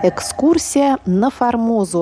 Экскурсия на Формозу.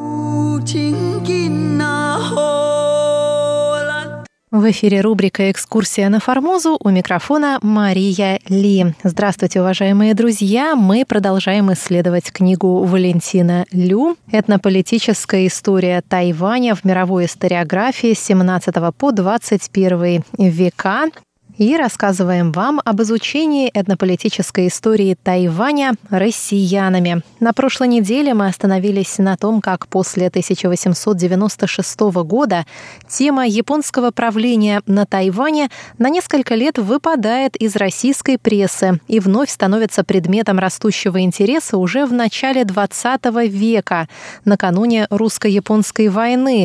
В эфире рубрика «Экскурсия на Формозу», у микрофона Мария Ли. Здравствуйте, уважаемые друзья! Мы продолжаем исследовать книгу Валентина Лю «Этнополитическая история Тайваня в мировой историографии с 17 по 21 века». И рассказываем вам об изучении этнополитической истории Тайваня россиянами. На прошлой неделе мы остановились на том, как после 1896 года тема японского правления на Тайване на несколько лет выпадает из российской прессы и вновь становится предметом растущего интереса уже в начале XX века, накануне русско-японской войны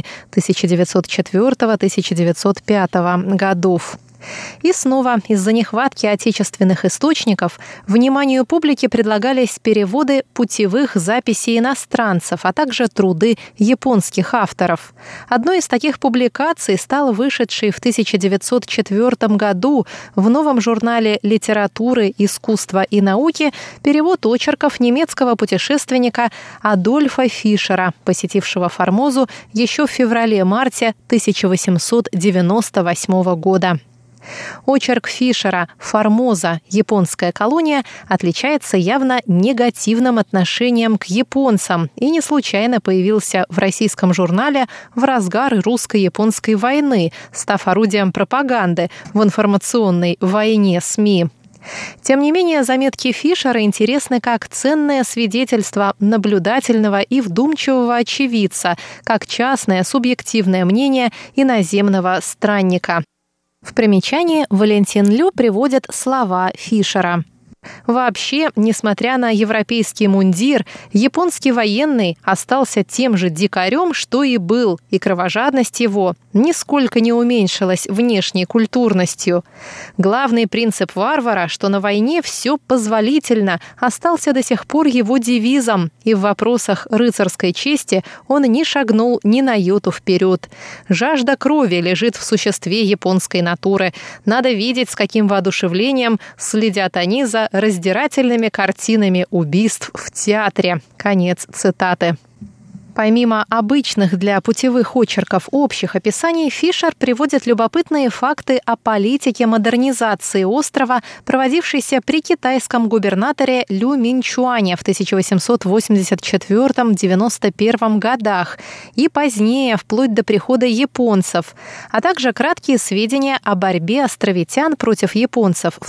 1904-1905 годов. И снова из-за нехватки отечественных источников вниманию публики предлагались переводы путевых записей иностранцев, а также труды японских авторов. Одной из таких публикаций стал вышедший в 1904 году в новом журнале «Литературы, искусства и науки» перевод очерков немецкого путешественника Адольфа Фишера, посетившего Формозу еще в феврале-марте 1898 года. Очерк Фишера «Формоза. Японская колония» отличается явно негативным отношением к японцам и не случайно появился в российском журнале в разгар русско-японской войны, став орудием пропаганды в информационной войне СМИ. Тем не менее, заметки Фишера интересны как ценное свидетельство наблюдательного и вдумчивого очевидца, как частное субъективное мнение иноземного странника. В примечании Валентин Лю приводит слова Фишера. Вообще, несмотря на европейский мундир, японский военный остался тем же дикарем, что и был, и кровожадность его нисколько не уменьшилась внешней культурностью. Главный принцип варвара, что на войне все позволительно, остался до сих пор его девизом, и в вопросах рыцарской чести он не шагнул ни на йоту вперед. Жажда крови лежит в существе японской натуры. Надо видеть, с каким воодушевлением следят они за раздирательными картинами убийств в театре. Конец цитаты. Помимо обычных для путевых очерков общих описаний, Фишер приводит любопытные факты о политике модернизации острова, проводившейся при китайском губернаторе Лю Минчуане в 1884-91 годах и позднее, вплоть до прихода японцев, а также краткие сведения о борьбе островитян против японцев в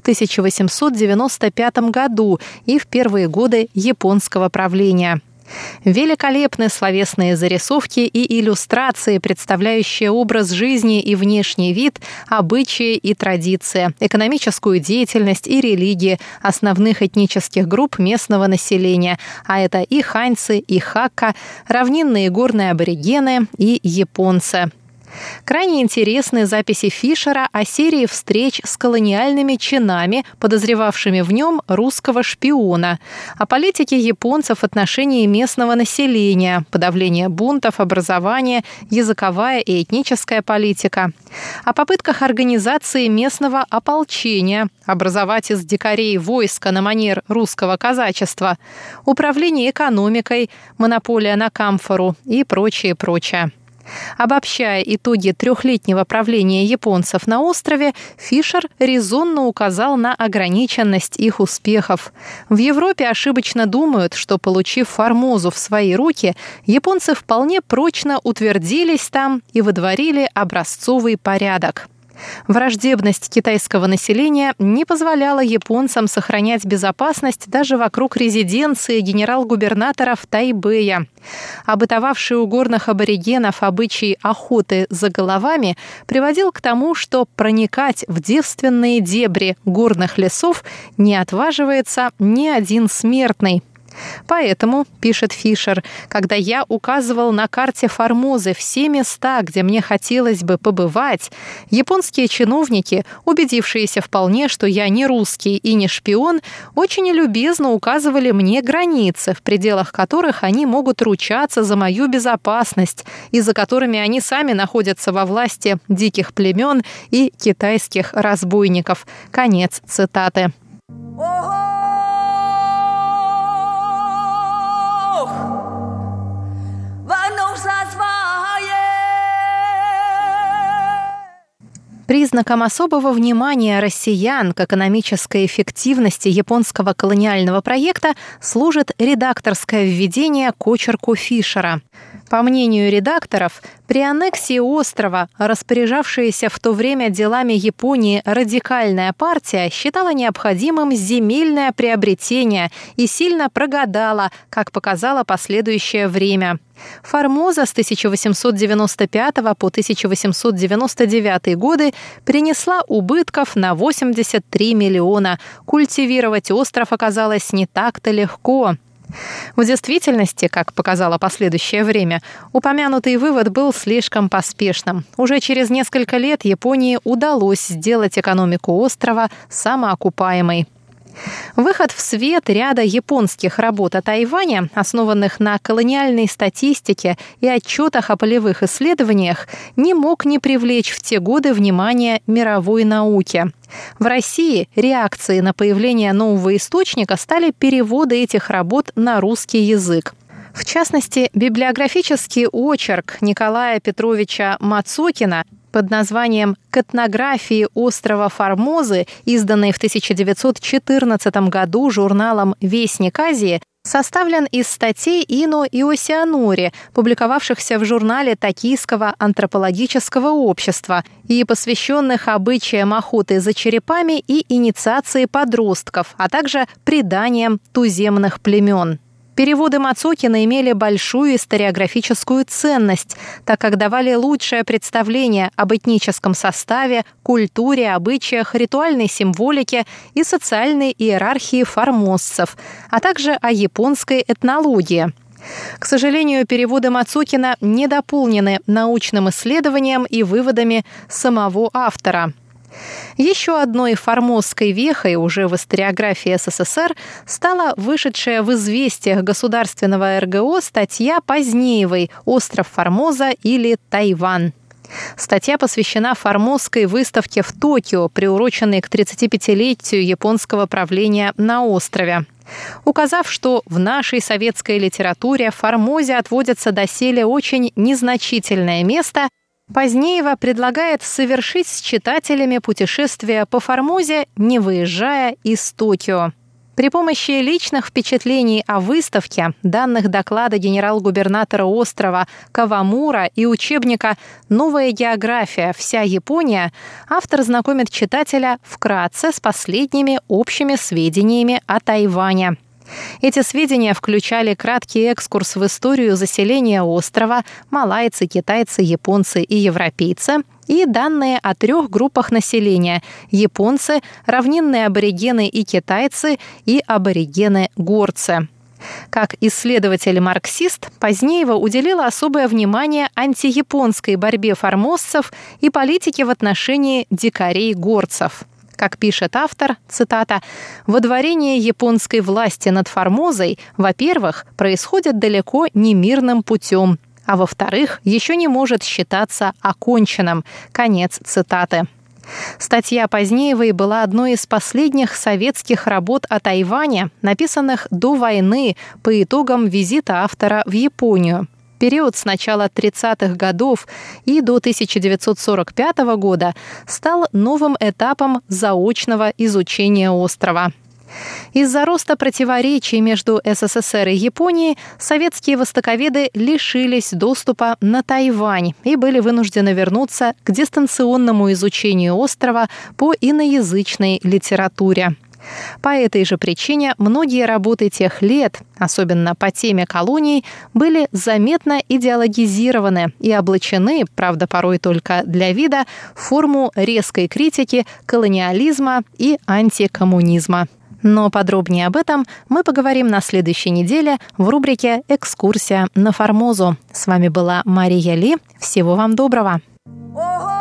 1895 году и в первые годы японского правления. Великолепны словесные зарисовки и иллюстрации, представляющие образ жизни и внешний вид, обычаи и традиции, экономическую деятельность и религии основных этнических групп местного населения, а это и ханьцы, и хакка, равнинные и горные аборигены и японцы. Крайне интересны записи Фишера о серии встреч с колониальными чинами, подозревавшими в нем русского шпиона, о политике японцев в отношении местного населения, подавление бунтов, образование, языковая и этническая политика, о попытках организации местного ополчения, образовать из дикарей войско на манер русского казачества, управление экономикой, монополия на камфору и прочее. Обобщая итоги трехлетнего правления японцев на острове, Фишер резонно указал на ограниченность их успехов. В Европе ошибочно думают, что, получив Формозу в свои руки, японцы вполне прочно утвердились там и водворили образцовый порядок. Враждебность китайского населения не позволяла японцам сохранять безопасность даже вокруг резиденции генерал-губернатора в Тайбэе. А бытовавший у горных аборигенов обычай охоты за головами приводил к тому, что проникать в девственные дебри горных лесов не отваживается ни один смертный. Поэтому, пишет Фишер, когда я указывал на карте Формозы все места, где мне хотелось бы побывать, японские чиновники, убедившиеся вполне, что я не русский и не шпион, очень любезно указывали мне границы, в пределах которых они могут ручаться за мою безопасность и за которыми они сами находятся во власти диких племен и китайских разбойников. Конец цитаты. Признаком особого внимания россиян к экономической эффективности японского колониального проекта служит редакторское введение к очерку Фишера. По мнению редакторов, при аннексии острова распоряжавшаяся в то время делами Японии радикальная партия считала необходимым земельное приобретение и сильно прогадала, как показало последующее время. Формоза с 1895 по 1899 годы принесла убытков на 83 миллиона. Культивировать остров оказалось не так-то легко. В действительности, как показало последующее время, упомянутый вывод был слишком поспешным. Уже через несколько лет Японии удалось сделать экономику острова самоокупаемой. Выход в свет ряда японских работ о Тайване, основанных на колониальной статистике и отчетах о полевых исследованиях, не мог не привлечь в те годы внимание мировой науки. В России реакцией на появление нового источника стали переводы этих работ на русский язык. В частности, библиографический очерк Николая Петровича Мацокина под названием «К этнографии острова Формозы», изданный в 1914 году журналом «Вестник Азии», составлен из статей Ино Иосианори, публиковавшихся в журнале Токийского антропологического общества и посвященных обычаям охоты за черепами и инициации подростков, а также преданиям туземных племен. Переводы Мацокина имели большую историографическую ценность, так как давали лучшее представление об этническом составе, культуре, обычаях, ритуальной символике и социальной иерархии формозцев, а также о японской этнологии. К сожалению, переводы Мацокина не дополнены научным исследованием и выводами самого автора. Еще одной формозской вехой уже в историографии СССР стала вышедшая в «Известиях» государственного РГО статья Позднеевой «Остров Формоза» или «Тайвань». Статья посвящена формозской выставке в Токио, приуроченной к 35-летию японского правления на острове. Указав, что в нашей советской литературе Формозе отводится доселе очень незначительное место, Позднеева предлагает совершить с читателями путешествие по Формозе, не выезжая из Токио. При помощи личных впечатлений о выставке, данных доклада генерал-губернатора острова Кавамура и учебника «Новая география. Вся Япония» автор знакомит читателя вкратце с последними общими сведениями о Тайване. Эти сведения включали краткий экскурс в историю заселения острова, малайцы, китайцы, японцы и европейцы, и данные о 3 группах населения – японцы, равнинные аборигены и китайцы, и аборигены-горцы. Как исследователь-марксист, Позднеева уделила особое внимание антияпонской борьбе формозцев и политике в отношении дикарей-горцев. Как пишет автор, цитата, «Водворение японской власти над Формозой, во-первых, происходит далеко не мирным путем, а во-вторых, еще не может считаться оконченным». Конец цитаты. Статья Позднеевой была одной из последних советских работ о Тайване, написанных до войны по итогам визита автора в Японию. Период с начала 30-х годов и до 1945 года стал новым этапом заочного изучения острова. Из-за роста противоречий между СССР и Японией советские востоковеды лишились доступа на Тайвань и были вынуждены вернуться к дистанционному изучению острова по иноязычной литературе. По этой же причине многие работы тех лет, особенно по теме колоний, были заметно идеологизированы и облачены, правда, порой только для вида, в форму резкой критики колониализма и антикоммунизма. Но подробнее об этом мы поговорим на следующей неделе в рубрике «Экскурсия на Формозу». С вами была Мария Ли. Всего вам доброго!